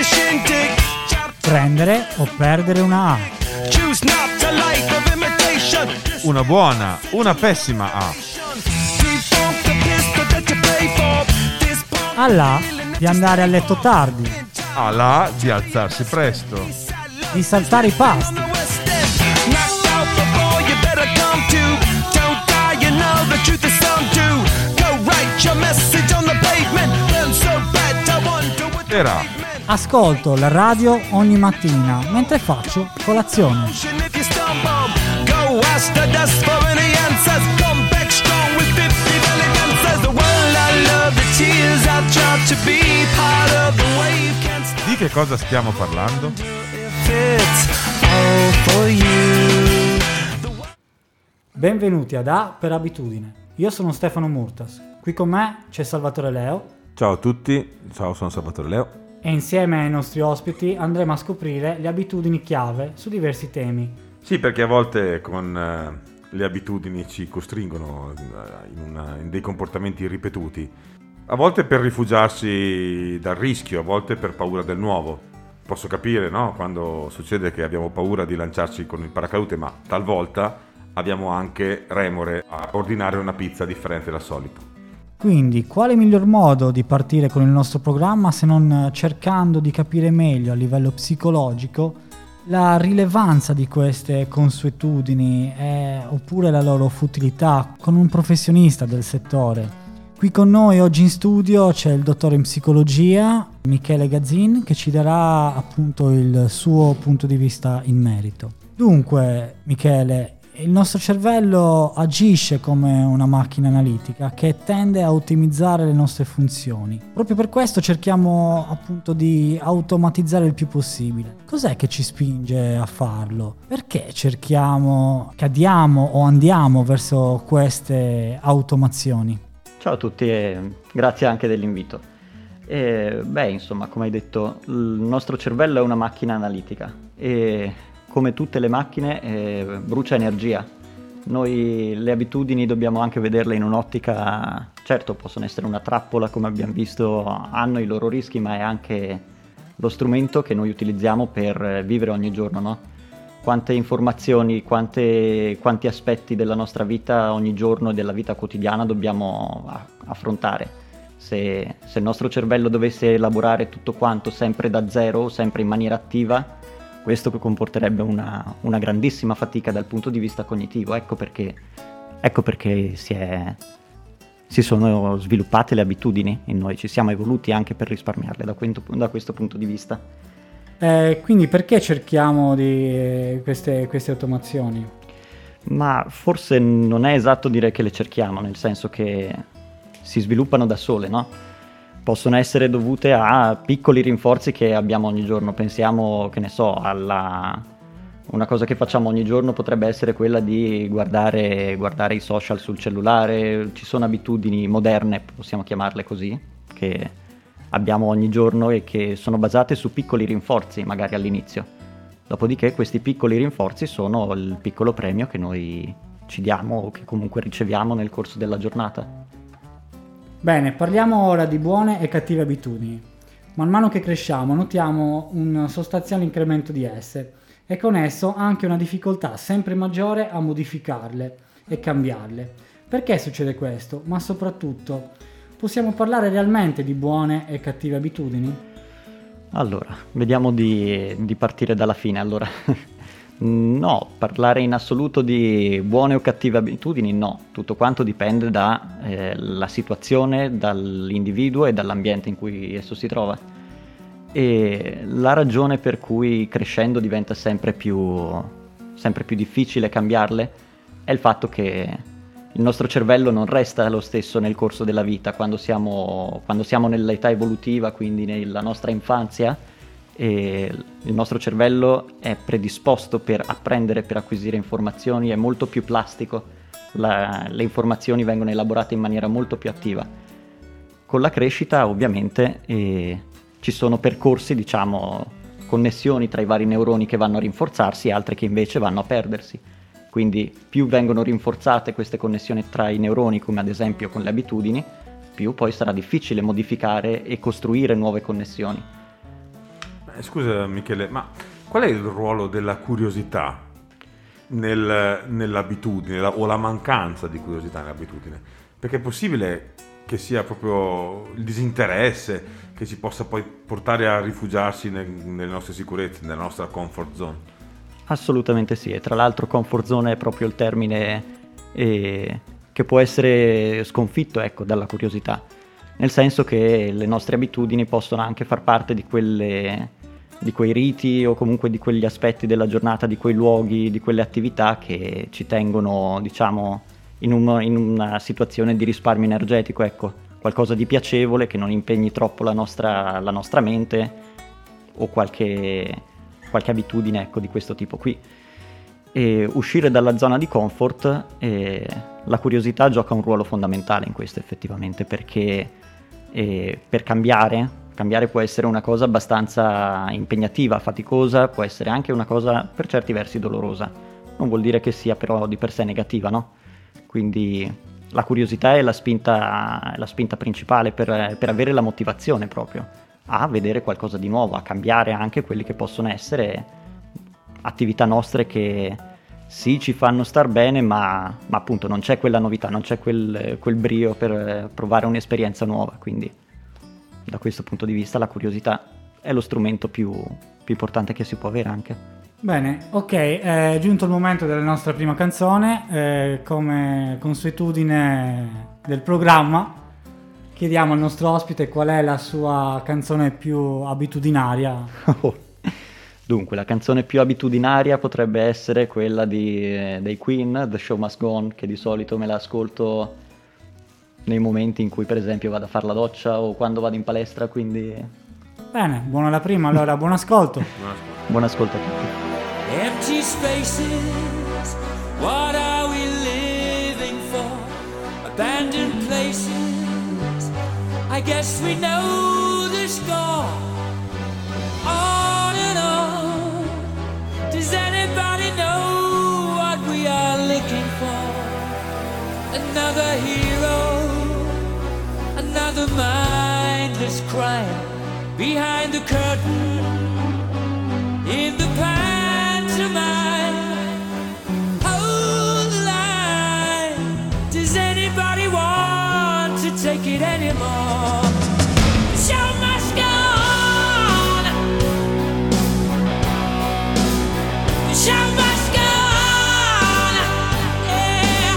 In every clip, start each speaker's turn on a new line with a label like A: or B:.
A: Prendere o perdere una A.
B: Una buona, una pessima A.
A: Alla di andare a letto tardi.
B: Alla di alzarsi presto.
A: Di saltare i pasti.
B: Era.
A: Ascolto la radio ogni mattina mentre faccio colazione.
B: Di che cosa stiamo parlando?
A: Benvenuti ad A per abitudine. Io sono Stefano Murtas. Qui con me c'è Salvatore Leo.
B: Ciao a tutti, ciao, sono Salvatore Leo.
A: E insieme ai nostri ospiti andremo a scoprire le abitudini chiave su diversi temi.
B: Sì, perché a volte con le abitudini ci costringono in dei comportamenti ripetuti. A volte per rifugiarsi dal rischio, a volte per paura del nuovo. Posso capire, no? Quando succede che abbiamo paura di lanciarci con il paracadute, ma talvolta abbiamo anche remore a ordinare una pizza differente dal solito.
A: Quindi, quale miglior modo di partire con il nostro programma se non cercando di capire meglio a livello psicologico la rilevanza di queste consuetudini oppure la loro futilità con un professionista del settore? Qui con noi oggi in studio c'è il dottore in psicologia Michele Gazzin che ci darà appunto il suo punto di vista in merito. Dunque, Michele, il nostro cervello agisce come una macchina analitica che tende a ottimizzare le nostre funzioni. Proprio per questo cerchiamo appunto di automatizzare il più possibile. Cos'è che ci spinge a farlo? Perché cadiamo o andiamo verso queste automazioni?
C: Ciao a tutti e grazie anche dell'invito. Insomma, come hai detto, il nostro cervello è una macchina analitica e come tutte le macchine brucia energia. Noi le abitudini dobbiamo anche vederle in un'ottica, certo possono essere una trappola come abbiamo visto, hanno i loro rischi, ma è anche lo strumento che noi utilizziamo per vivere ogni giorno, no? Quante informazioni, quanti aspetti della nostra vita ogni giorno e della vita quotidiana dobbiamo affrontare. Se il nostro cervello dovesse elaborare tutto quanto sempre da zero, sempre in maniera attiva, questo comporterebbe una grandissima fatica dal punto di vista cognitivo. Ecco perché si sono sviluppate le abitudini in noi, ci siamo evoluti anche per risparmiarle da questo punto di vista.
A: Quindi perché cerchiamo di queste automazioni?
C: Ma forse non è esatto dire che le cerchiamo, nel senso che si sviluppano da sole, no? Possono essere dovute a piccoli rinforzi che abbiamo ogni giorno. Pensiamo, che ne so, una cosa che facciamo ogni giorno potrebbe essere quella di guardare i social sul cellulare. Ci sono abitudini moderne, possiamo chiamarle così, che abbiamo ogni giorno e che sono basate su piccoli rinforzi, magari all'inizio. Dopodiché questi piccoli rinforzi sono il piccolo premio che noi ci diamo o che comunque riceviamo nel corso della giornata.
A: Bene, parliamo ora di buone e cattive abitudini. Man mano che cresciamo notiamo un sostanziale incremento di esse e con esso anche una difficoltà sempre maggiore a modificarle e cambiarle. Perché succede questo? Ma soprattutto, possiamo parlare realmente di buone e cattive abitudini?
C: Allora, vediamo di partire dalla fine. Allora, no, parlare in assoluto di buone o cattive abitudini no, tutto quanto dipende dalla situazione, dall'individuo e dall'ambiente in cui esso si trova. E la ragione per cui crescendo diventa sempre più difficile cambiarle è il fatto che il nostro cervello non resta lo stesso nel corso della vita. Quando siamo nell'età evolutiva, quindi nella nostra infanzia, e il nostro cervello è predisposto per apprendere, per acquisire informazioni, è molto più plastico, le informazioni vengono elaborate in maniera molto più attiva. Con la crescita ovviamente ci sono percorsi, diciamo, connessioni tra i vari neuroni che vanno a rinforzarsi e altre che invece vanno a perdersi. Quindi più vengono rinforzate queste connessioni tra i neuroni, come ad esempio con le abitudini, più poi sarà difficile modificare e costruire nuove connessioni.
B: Scusa Michele, ma qual è il ruolo della curiosità nell'abitudine o la mancanza di curiosità nell'abitudine? Perché è possibile che sia proprio il disinteresse che ci possa poi portare a rifugiarsi nelle nostre sicurezze, nella nostra comfort zone?
C: Assolutamente sì, e tra l'altro comfort zone è proprio il termine che può essere sconfitto, ecco, dalla curiosità, nel senso che le nostre abitudini possono anche far parte di quei riti o comunque di quegli aspetti della giornata, di quei luoghi, di quelle attività che ci tengono, diciamo, in una situazione di risparmio energetico, ecco, qualcosa di piacevole che non impegni troppo la nostra mente o qualche abitudine, ecco, di questo tipo qui. E uscire dalla zona di comfort, la curiosità gioca un ruolo fondamentale in questo effettivamente, perché per cambiare può essere una cosa abbastanza impegnativa, faticosa, può essere anche una cosa per certi versi dolorosa, non vuol dire che sia però di per sé negativa, no? Quindi la curiosità è la spinta principale per avere la motivazione proprio a vedere qualcosa di nuovo, a cambiare anche quelli che possono essere attività nostre che sì ci fanno star bene, ma appunto non c'è quella novità, non c'è quel brio per provare un'esperienza nuova, quindi da questo punto di vista la curiosità è lo strumento più importante che si può avere anche.
A: Bene, ok, è giunto il momento della nostra prima canzone. Come consuetudine del programma chiediamo al nostro ospite qual è la sua canzone più abitudinaria.
C: Dunque, la canzone più abitudinaria potrebbe essere quella dei Queen, The Show Must Go On, che di solito me la ascolto nei momenti in cui per esempio vado a fare la doccia o quando vado in palestra, quindi...
A: Bene, buona la prima, allora buon ascolto.
C: Buon ascolto a tutti.
D: Empty spaces, what are we living for? Abandoned places, I guess we know the score. On and on, does anybody know what we are looking for? Another hero, another mindless crime, behind the curtain, in the pantomime. Hold the line, does anybody want to take it anymore? The show must go on, the show must go on, yeah.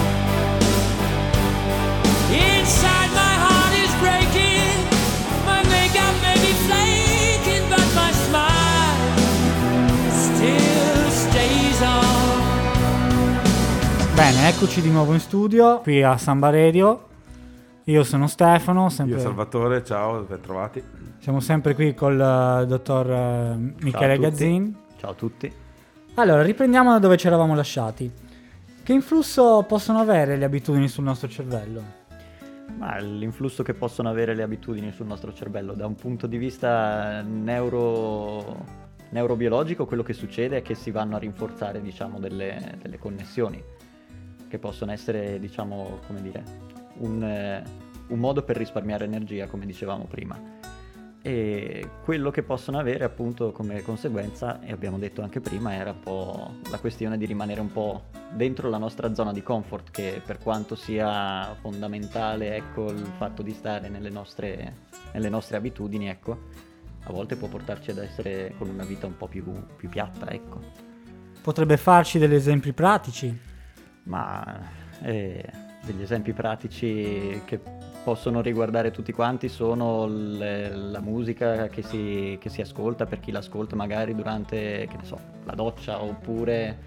D: Inside my heart is breaking, my makeup may be flaking, but my smile still stays on.
A: Bene, eccoci di nuovo in studio, qui a Samba Radio. Io sono Stefano,
B: Io Salvatore, ciao, ben trovati.
A: Siamo sempre qui col dottor Michele Gazzin.
C: Ciao a tutti.
A: Allora, riprendiamo da dove ci eravamo lasciati. Che influsso possono avere le abitudini sul nostro cervello?
C: Ma l'influsso che possono avere le abitudini sul nostro cervello da un punto di vista neurobiologico, quello che succede è che si vanno a rinforzare, diciamo, delle connessioni che possono essere, diciamo, come dire, un modo per risparmiare energia, come dicevamo prima. E quello che possono avere appunto come conseguenza, e abbiamo detto anche prima, era un po' la questione di rimanere un po' dentro la nostra zona di comfort, che per quanto sia fondamentale, ecco, il fatto di stare nelle nostre abitudini, ecco, a volte può portarci ad essere con una vita un po' più piatta, ecco.
A: Potrebbe farci degli esempi pratici?
C: Ma degli esempi pratici che possono riguardare tutti quanti sono la musica che si ascolta, per chi l'ascolta magari durante, che ne so, la doccia, oppure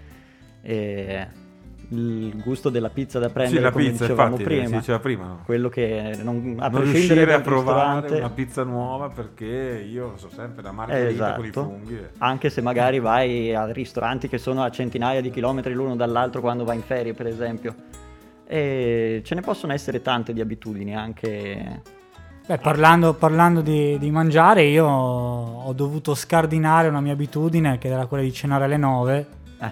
C: il gusto della pizza da prendere,
B: sì, la
C: come
B: pizza,
C: dicevamo
B: infatti,
C: prima.
B: Si diceva prima, no?
C: Quello che non
B: riuscire a provare
C: ristorante,
B: una pizza nuova, perché io so sempre la margherita con i funghi.
C: Anche se magari vai a ristoranti che sono a centinaia di chilometri l'uno dall'altro quando vai in ferie, per esempio. E ce ne possono essere tante di abitudini anche.
A: Beh, parlando di mangiare, io ho dovuto scardinare una mia abitudine che era quella di cenare alle 9.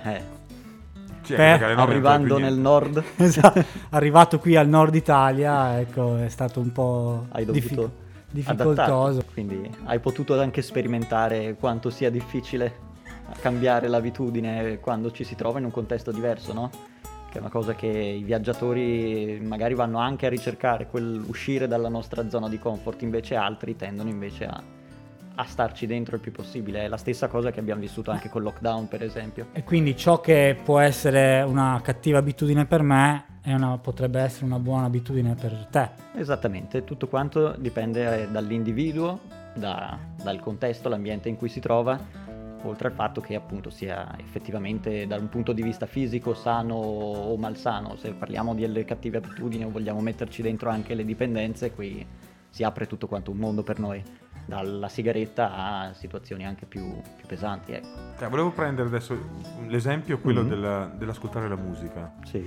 C: Arrivando nel nord.
A: Esatto, arrivato qui al nord Italia, ecco, è stato un po'
C: Hai dovuto
A: difficoltoso.
C: adattato. Quindi hai potuto anche sperimentare quanto sia difficile cambiare l'abitudine quando ci si trova in un contesto diverso, no? Che è una cosa che i viaggiatori magari vanno anche a ricercare, uscire dalla nostra zona di comfort, invece altri tendono invece a starci dentro il più possibile. È la stessa cosa che abbiamo vissuto anche col lockdown, per esempio.
A: E quindi ciò che può essere una cattiva abitudine per me potrebbe essere una buona abitudine per te.
C: Esattamente, tutto quanto dipende dall'individuo, dal contesto, l'ambiente in cui si trova, oltre al fatto che appunto sia effettivamente da un punto di vista fisico sano o malsano. Se parliamo di cattive abitudini o vogliamo metterci dentro anche le dipendenze, qui si apre tutto quanto un mondo per noi, dalla sigaretta a situazioni anche più pesanti, ecco.
B: Volevo prendere adesso l'esempio, quello dell'ascoltare la musica.
C: Sì.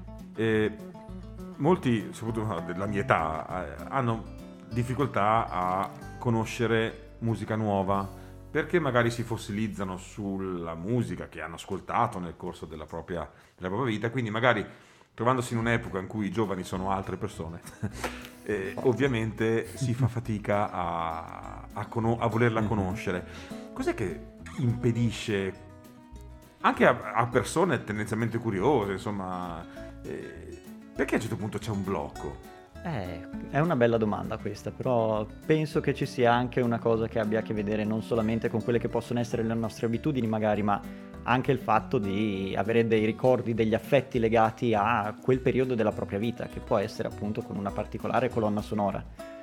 B: Molti, soprattutto della mia età, hanno difficoltà a conoscere musica nuova, perché magari si fossilizzano sulla musica che hanno ascoltato nel corso della propria vita, quindi magari trovandosi in un'epoca in cui i giovani sono altre persone, ovviamente si fa fatica a volerla conoscere. Cos'è che impedisce anche a persone tendenzialmente curiose, insomma, perché a un certo punto c'è un blocco?
C: È una bella domanda questa, però penso che ci sia anche una cosa che abbia a che vedere non solamente con quelle che possono essere le nostre abitudini magari, ma anche il fatto di avere dei ricordi, degli affetti legati a quel periodo della propria vita, che può essere appunto con una particolare colonna sonora.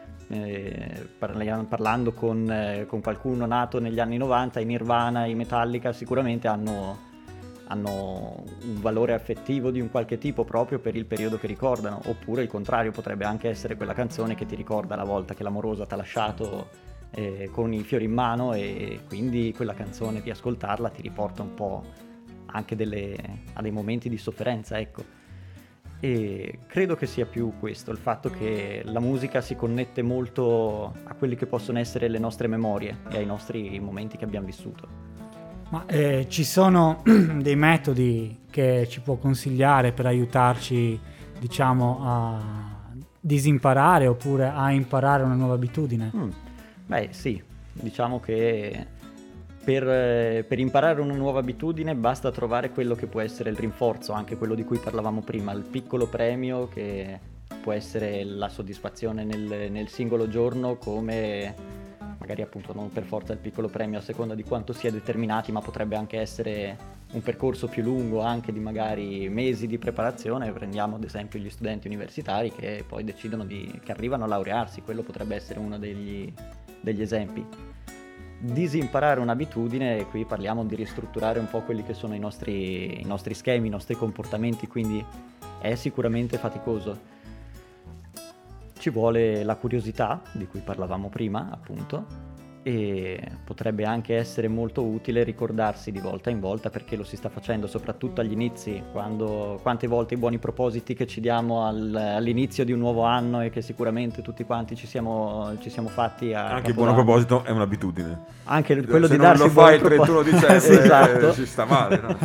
C: Parlando con qualcuno nato negli anni 90, i Nirvana, i Metallica sicuramente hanno un valore affettivo di un qualche tipo proprio per il periodo che ricordano, oppure il contrario, potrebbe anche essere quella canzone che ti ricorda la volta che l'amorosa ti ha lasciato con i fiori in mano, e quindi quella canzone, di ascoltarla, ti riporta un po' anche a dei momenti di sofferenza, ecco. E credo che sia più questo, il fatto che la musica si connette molto a quelli che possono essere le nostre memorie e ai nostri momenti che abbiamo vissuto.
A: Ma ci sono dei metodi che ci può consigliare per aiutarci, diciamo, a disimparare oppure a imparare una nuova abitudine?
C: Beh, sì, diciamo che per imparare una nuova abitudine basta trovare quello che può essere il rinforzo, anche quello di cui parlavamo prima, il piccolo premio che può essere la soddisfazione nel singolo giorno, come magari appunto non per forza il piccolo premio a seconda di quanto si è determinati, ma potrebbe anche essere un percorso più lungo, anche di magari mesi di preparazione. Prendiamo ad esempio gli studenti universitari che poi decidono che arrivano a laurearsi, quello potrebbe essere uno degli esempi. Disimparare un'abitudine, qui parliamo di ristrutturare un po' quelli che sono i nostri schemi, i nostri comportamenti, quindi è sicuramente faticoso. Ci vuole la curiosità, di cui parlavamo prima, appunto, e potrebbe anche essere molto utile ricordarsi di volta in volta perché lo si sta facendo, soprattutto agli inizi, quante volte i buoni propositi che ci diamo all'inizio di un nuovo anno e che sicuramente tutti quanti ci siamo fatti
B: anche il buon proposito è un'abitudine,
C: anche quello
B: se
C: di
B: non
C: darsi
B: lo fai il 31 dicembre
C: esatto.
B: Si sta male, no?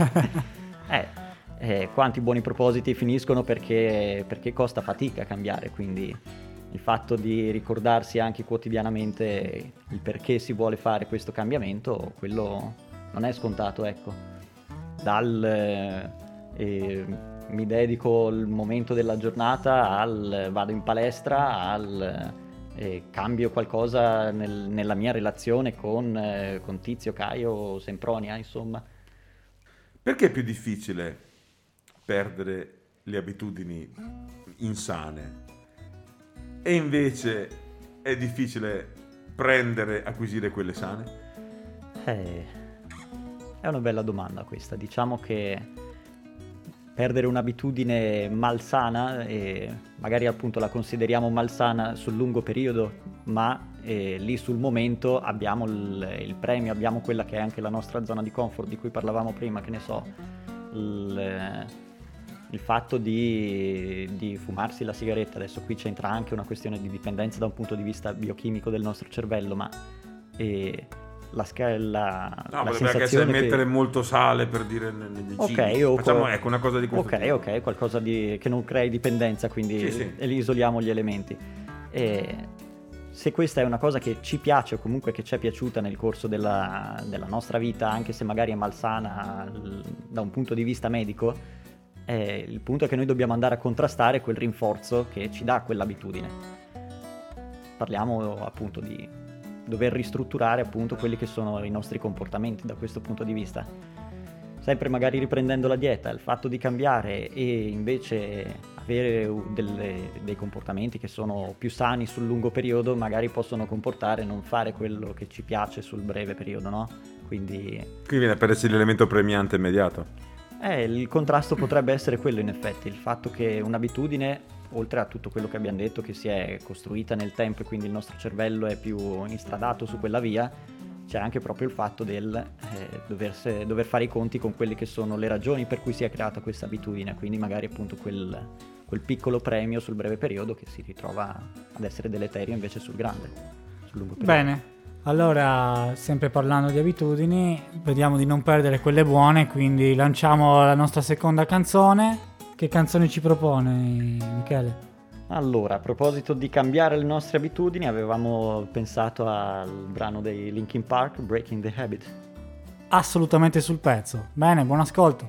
C: Quanti buoni propositi finiscono perché costa fatica cambiare, quindi il fatto di ricordarsi anche quotidianamente il perché si vuole fare questo cambiamento, quello non è scontato, ecco. Mi dedico il momento della giornata vado in palestra, cambio qualcosa nella mia relazione con Tizio, Caio, Sempronia, insomma.
B: Perché è più difficile perdere le abitudini insane e invece è difficile acquisire quelle sane?
C: È una bella domanda questa. Diciamo che perdere un'abitudine malsana, e magari appunto la consideriamo malsana sul lungo periodo, ma lì sul momento abbiamo il premio, abbiamo quella che è anche la nostra zona di comfort di cui parlavamo prima, che ne so, il fatto di fumarsi la sigaretta. Adesso qui c'entra anche una questione di dipendenza da un punto di vista biochimico del nostro cervello, ma
B: potrebbe
C: sensazione
B: anche essere mettere molto sale, per dire, negli cibi. Facciamo ecco una cosa di questo tipo.
C: Ok, qualcosa che non crei dipendenza, quindi
B: sì.
C: e lì isoliamo gli elementi. se questa è una cosa che ci piace o comunque che ci è piaciuta nel corso della nostra vita, anche se magari è malsana da un punto di vista medico, il punto è che noi dobbiamo andare a contrastare quel rinforzo che ci dà quell'abitudine. Parliamo appunto di dover ristrutturare appunto quelli che sono i nostri comportamenti da questo punto di vista. Sempre magari riprendendo la dieta, il fatto di cambiare e invece avere dei comportamenti che sono più sani sul lungo periodo magari possono comportare non fare quello che ci piace sul breve periodo, no? Quindi
B: Qui viene a perdersi l'elemento premiante immediato.
C: il contrasto potrebbe essere quello, in effetti, il fatto che un'abitudine, oltre a tutto quello che abbiamo detto, che si è costruita nel tempo e quindi il nostro cervello è più instradato su quella via, c'è anche proprio il fatto del dover fare i conti con quelle che sono le ragioni per cui si è creata questa abitudine, quindi magari appunto quel piccolo premio sul breve periodo che si ritrova ad essere deleterio invece sul lungo periodo.
A: Bene, allora sempre parlando di abitudini, vediamo di non perdere quelle buone, quindi lanciamo la nostra seconda canzone. Che canzone ci propone, Michele?
C: Allora, a proposito di cambiare le nostre abitudini, avevamo pensato al brano dei Linkin Park, Breaking the Habit.
A: Assolutamente sul pezzo. Bene, buon ascolto.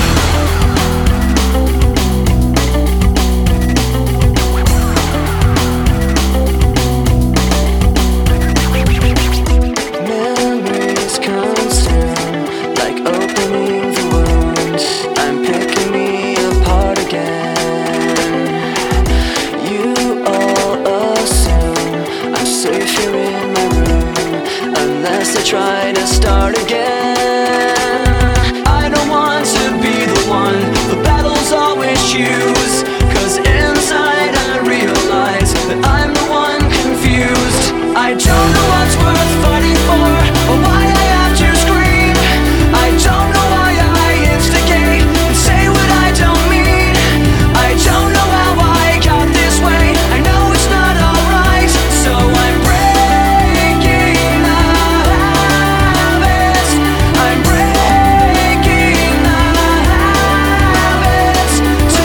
E: Memories consume, like opening the wound. I'm picking me apart again. You all assume I'm safe here in my room, unless I try to start again. I don't want to be the one the battles always choose, 'cause inside I realize that I'm the one confused. I don't know what's worth fighting for, or why I have to scream. I don't know why I instigate and say what I don't mean. I don't know how I got this way, I know it's not alright. So I'm breaking the habits, I'm breaking the habits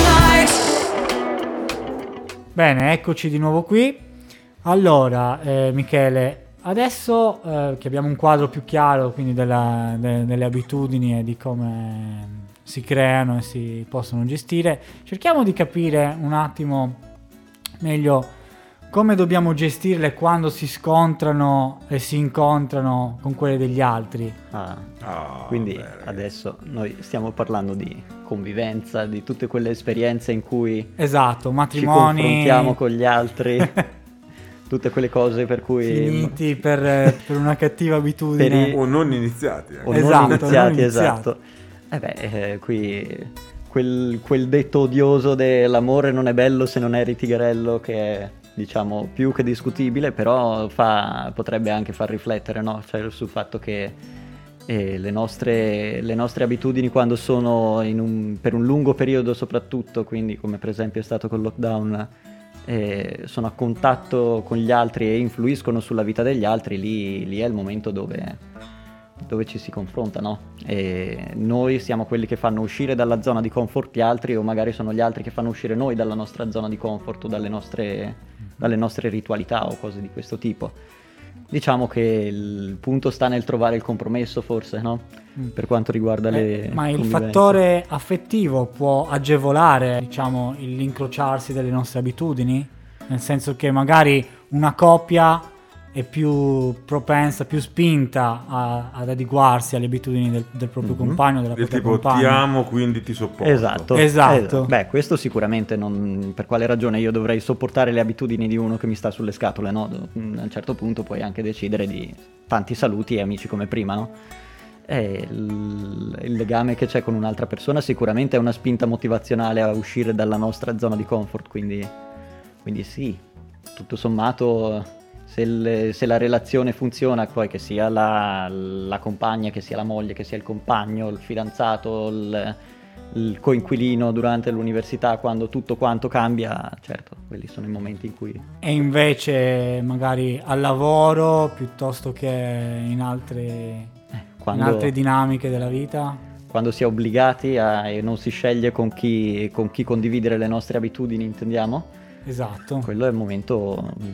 E: tonight.
A: Bene, eccoci di nuovo qui. Allora, Michele, adesso che abbiamo un quadro più chiaro quindi delle abitudini e di come si creano e si possono gestire, cerchiamo di capire un attimo meglio come dobbiamo gestirle quando si scontrano e si incontrano con quelle degli altri.
C: Quindi
B: bene.
C: adesso noi stiamo parlando di convivenza, di tutte quelle esperienze in cui
A: Esatto,
C: ci
A: matrimoni
C: confrontiamo con gli altri, tutte quelle cose per cui
A: finiti per una cattiva abitudine.
C: Per
B: O non iniziati.
C: o
A: Esatto,
C: non iniziati,
A: non iniziati.
C: esatto. Qui quel detto odioso dell'amore non è bello se non eri tigrello, che è, diciamo, più che discutibile, però potrebbe anche far riflettere, no? Cioè, sul fatto che le nostre abitudini, quando sono per un lungo periodo soprattutto, quindi come per esempio è stato col lockdown, sono a contatto con gli altri e influiscono sulla vita degli altri, lì è il momento dove ci si confronta, no? E noi siamo quelli che fanno uscire dalla zona di comfort gli altri, o magari sono gli altri che fanno uscire noi dalla nostra zona di comfort o dalle nostre ritualità o cose di questo tipo. Diciamo che il punto sta nel trovare il compromesso, forse, no? Per quanto riguarda le
A: ma il
C: convivenze.
A: fattore affettivo può agevolare, diciamo, l'incrociarsi delle nostre abitudini? Nel senso che magari una coppia è più propensa, più spinta ad adeguarsi alle abitudini del proprio compagno, della
B: Del
A: propria
B: tipo
A: compagna.
B: ti amo quindi ti sopporto.
A: Esatto.
C: Beh, questo sicuramente per quale ragione io dovrei sopportare le abitudini di uno che mi sta sulle scatole, no? A un certo punto puoi anche decidere di tanti saluti e amici come prima, no? E il legame che c'è con un'altra persona sicuramente è una spinta motivazionale a uscire dalla nostra zona di comfort, quindi sì, tutto sommato, se la relazione funziona, poi che sia la compagna, che sia la moglie, che sia il compagno, il fidanzato, il coinquilino durante l'università, quando tutto quanto cambia, certo, quelli sono i momenti in cui...
A: E invece magari al lavoro piuttosto che in altre dinamiche della vita?
C: Quando si è obbligati e non si sceglie con chi condividere le nostre abitudini, intendiamo?
A: Esatto.
C: Quello è il momento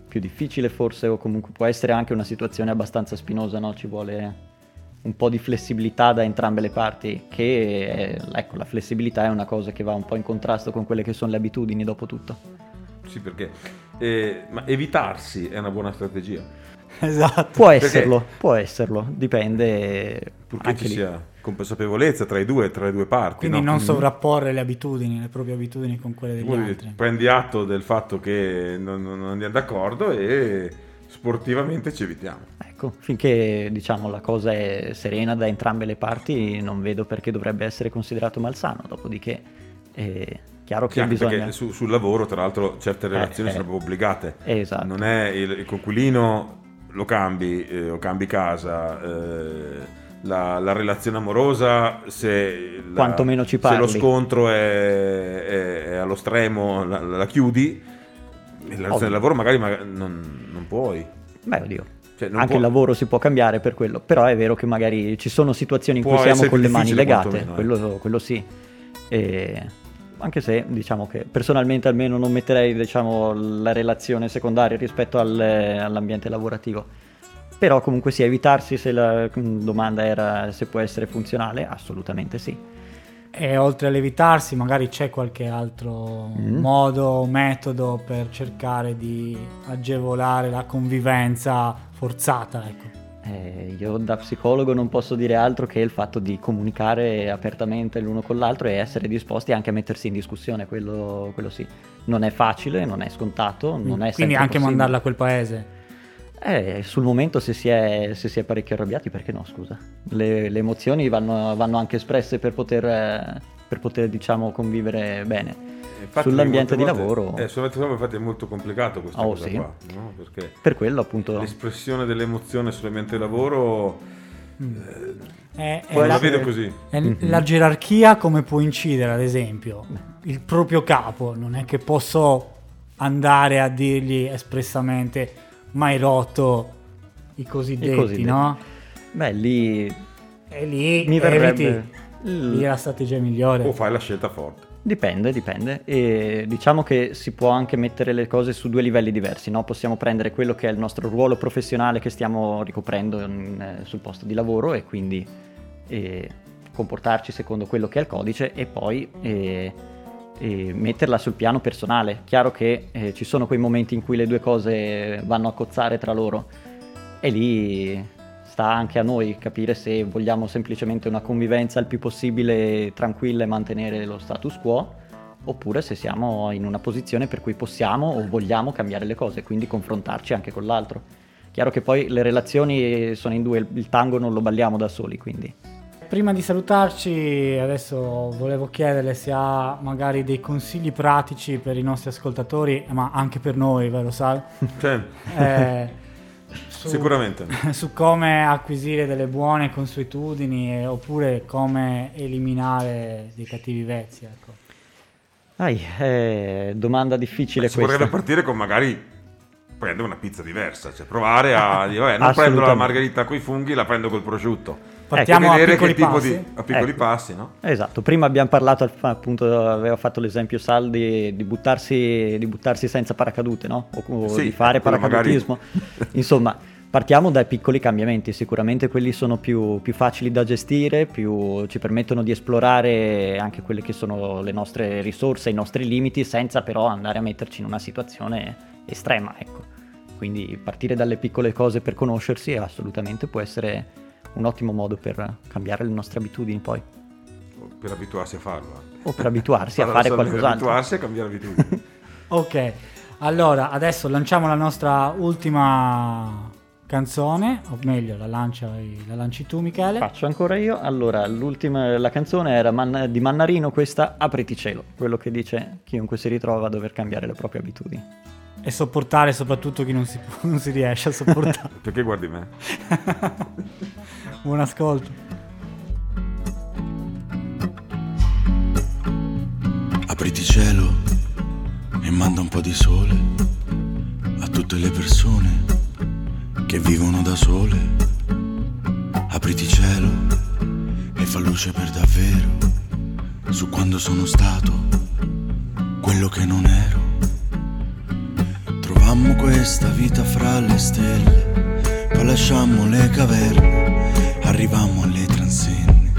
C: più difficile forse, o comunque può essere anche una situazione abbastanza spinosa, no? Ci vuole un po' di flessibilità da entrambe le parti, ecco, la flessibilità è una cosa che va un po' in contrasto con quelle che sono le abitudini dopo tutto.
B: Sì, perché ma evitarsi è una buona strategia.
A: Esatto.
C: Può esserlo, dipende.
B: Purché
C: anche
B: ci
C: lì.
B: sia consapevolezza tra le due parti.
A: Quindi
B: no?
A: non sovrapporre le proprie abitudini con quelle degli
B: Quindi
A: altri.
B: prendi atto del fatto che non andiamo d'accordo e sportivamente ci evitiamo.
C: Ecco, finché diciamo la cosa è serena da entrambe le parti, non vedo perché dovrebbe essere considerato malsano. Dopodiché è chiaro che
B: Anche
C: bisogna...
B: perché sul lavoro, tra l'altro, certe relazioni sono proprio obbligate.
C: Esatto.
B: Non è il coinquilino, lo cambi o cambi casa, la relazione amorosa,
C: Quanto meno ci parli.
B: se lo scontro è allo stremo, la chiudi. La relazione del lavoro magari non puoi.
C: Beh, oddio.
B: Cioè,
C: Anche il lavoro si può cambiare per quello, però è vero che magari ci sono situazioni in
B: Può
C: cui siamo
B: essere
C: con le
B: più
C: mani
B: difficile
C: legate,
B: quantomeno,
C: quello sì. Anche se diciamo che personalmente almeno non metterei, diciamo, la relazione secondaria rispetto all'ambiente lavorativo. Però comunque sì, evitarsi, se la domanda era se può essere funzionale, assolutamente sì.
A: E oltre all'evitarsi, magari c'è qualche altro modo o metodo per cercare di agevolare la convivenza forzata, ecco.
C: Io da psicologo non posso dire altro che il fatto di comunicare apertamente l'uno con l'altro e essere disposti anche a mettersi in discussione, quello sì. Non è facile, non è scontato, non è
A: Quindi
C: sempre
A: anche
C: possibile.
A: mandarla a quel paese.
C: Sul momento se si è parecchio arrabbiati, perché no, scusa. Le emozioni vanno anche espresse per poter diciamo convivere bene.
B: Infatti,
C: Sull'ambiente di
B: molte
C: lavoro.
B: volte, infatti è molto complicato questa cosa
C: sì.
B: qua, no? Perché
C: Per quello appunto
B: l'espressione dell'emozione sull'ambiente di lavoro
A: È
B: la vedo così.
A: La gerarchia come può incidere, ad esempio, il proprio capo. Non è che posso andare a dirgli espressamente mai rotto i cosiddetti, no?
C: Beh, lì
A: E lì
C: mi verrebbe
A: eviti. Lì è la strategia migliore.
B: O fai la scelta forte.
C: Dipende. E diciamo che si può anche mettere le cose su due livelli diversi, no? Possiamo prendere quello che è il nostro ruolo professionale che stiamo ricoprendo sul posto di lavoro e quindi comportarci secondo quello che è il codice e poi metterla sul piano personale. Chiaro che ci sono quei momenti in cui le due cose vanno a cozzare tra loro e lì sta anche a noi capire se vogliamo semplicemente una convivenza il più possibile tranquilla e mantenere lo status quo, oppure se siamo in una posizione per cui possiamo o vogliamo cambiare le cose, quindi confrontarci anche con l'altro. Chiaro che poi le relazioni sono in due, il tango non lo balliamo da soli, quindi.
A: Prima di salutarci, adesso volevo chiederle se ha magari dei consigli pratici per i nostri ascoltatori, ma anche per noi, vero Sal?
B: Cioè, sicuramente.
A: Su come acquisire delle buone consuetudini oppure come eliminare dei cattivi vezzi, ecco.
C: Domanda difficile
B: Si
C: questa.
B: vorrebbe partire con magari prendere una pizza diversa, cioè provare a dire, vabbè, non prendo la margherita coi funghi, la prendo col prosciutto.
A: Partiamo a
B: vedere
A: piccoli
B: che tipo
A: passi.
B: a piccoli passi, no?
C: Esatto, prima abbiamo parlato, appunto, aveva fatto l'esempio Sal di buttarsi senza paracadute, no? O
B: Sì,
C: di fare
B: quello
C: paracadutismo. Insomma, partiamo dai piccoli cambiamenti, sicuramente quelli sono più facili da gestire, ci permettono di esplorare anche quelle che sono le nostre risorse, i nostri limiti, senza però andare a metterci in una situazione estrema, ecco. Quindi partire dalle piccole cose per conoscersi assolutamente può essere un ottimo modo per cambiare le nostre abitudini poi.
B: Per abituarsi a farlo.
C: O per abituarsi a fare qualcos'altro.
B: Per abituarsi a cambiare abitudini.
A: Ok, allora adesso lanciamo la nostra ultima canzone, o meglio la lanci tu Michele.
C: Faccio ancora io. Allora, la canzone era di Mannarino, questa Apriti cielo, quello che dice chiunque si ritrova a dover cambiare le proprie abitudini.
A: E sopportare soprattutto chi non si riesce a sopportare.
B: Perché guardi me?
A: Buon ascolto.
F: Apriti cielo e manda un po' di sole a tutte le persone che vivono da sole. Apriti cielo e fa luce per davvero su quando sono stato quello che non ero. Trovando Facciamo questa vita fra le stelle, poi lasciamo le caverne, arriviamo alle transenne.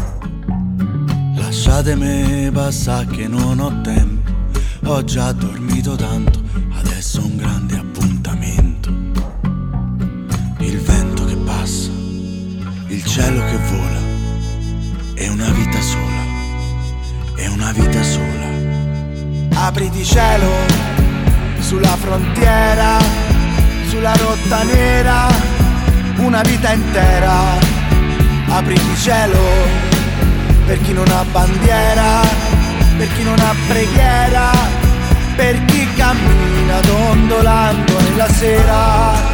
F: Lasciatemi passare che non ho tempo, ho già dormito tanto, adesso un grande appuntamento. Il vento che passa, il cielo che vola, è una vita sola, è una vita sola.
G: Apriti cielo, sulla frontiera, sulla rotta nera, una vita intera. Apriti cielo, per chi non ha bandiera, per chi non ha preghiera, per chi cammina dondolando nella sera.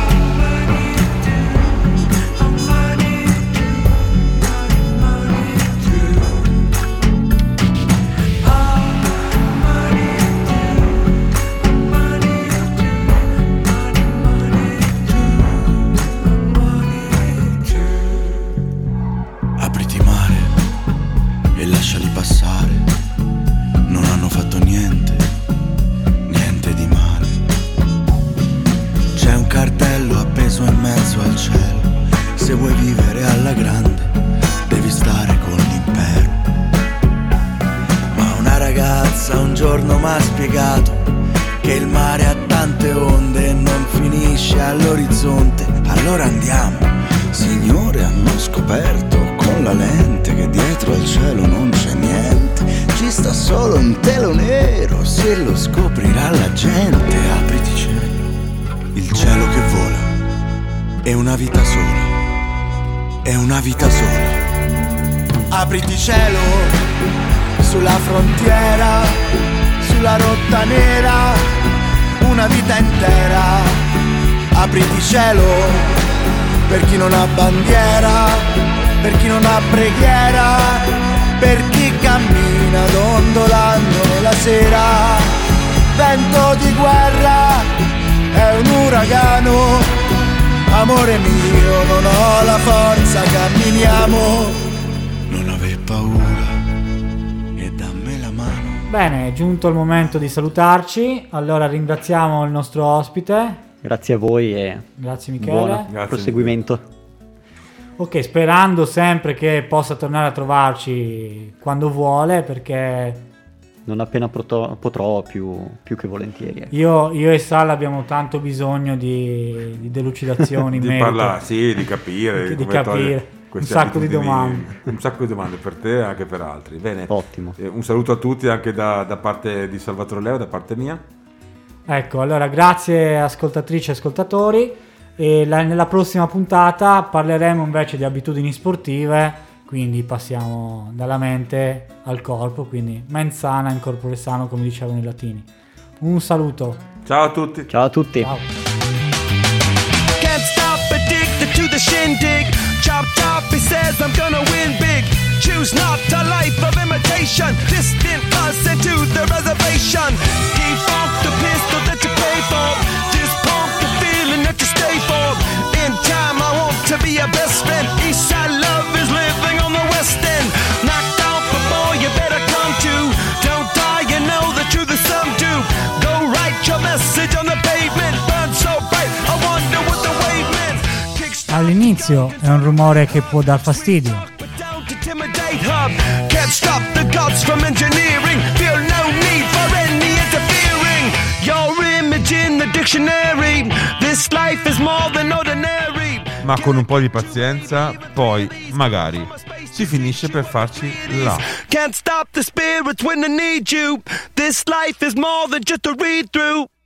F: Lasciali passare, non hanno fatto niente, niente di male. C'è un cartello appeso in mezzo al cielo, se vuoi vivere alla grande devi stare con l'impero. Ma una ragazza un giorno m'ha spiegato che il mare ha tante onde e non finisce all'orizzonte. Allora andiamo, signore, hanno scoperto con la lente che dietro al cielo non c'è niente, ci sta solo un telo nero, se lo scoprirà la gente. Apriti cielo, il cielo che vola, è una vita sola, è una vita sola.
G: Apriti cielo, sulla frontiera, sulla rotta nera, una vita intera. Apriti cielo, per chi non ha bandiera, per chi non ha preghiera, per chi cammina dondolando nella sera. Vento di guerra, è un uragano, amore mio, non ho la forza, camminiamo.
F: Non aver paura e dammi la mano.
A: Bene, è giunto il momento di salutarci, allora ringraziamo il nostro ospite.
C: Grazie a voi e
A: Grazie Michele.
C: buon
B: Grazie.
C: proseguimento.
A: Ok, sperando sempre che possa tornare a trovarci quando vuole, perché
C: Non appena potrò più che volentieri.
A: io e Sal abbiamo tanto bisogno di delucidazioni in
B: Di
A: merito.
B: parlare, sì, di capire.
A: Di
B: come
A: capire.
B: togliere
A: Un
B: queste
A: sacco di
B: abitudini-
A: domande.
B: Un sacco di domande per te e anche per altri. Bene.
C: Ottimo.
B: Un saluto a tutti anche da parte di Salvatore Leo, da parte mia.
A: Ecco, allora grazie ascoltatrici e ascoltatori, e nella prossima puntata parleremo invece di abitudini sportive, quindi passiamo dalla mente al corpo, quindi mens sana in corpore sano, come dicevano i latini. Un saluto.
B: Ciao a tutti.
C: Ciao a tutti.
A: Ciao.
H: Can't stop addicted to the shindig. Chop top, he says I'm gonna win big. Choose not a life of imitation. Distant us into the reservation. Default the pistol that you pay for. This punk the feeling that you stay for. In time I want to be your best friend. Eastside love is living on the west end. Knocked out before you better come to. Don't die, you know the truth is some do. Go write your message on the pavement. Burn so bright, I wonder what the wave meant.
A: All'inizio è un rumore che può dar fastidio,
H: Can't stop the gods from engineering. Feel no need for any interfering. Your image in the dictionary. This life is more than ordinary.
B: Ma con un po' di pazienza, poi magari si finisce per farci là.
H: Can't stop the spirits when they need you. This life is more than just a read through.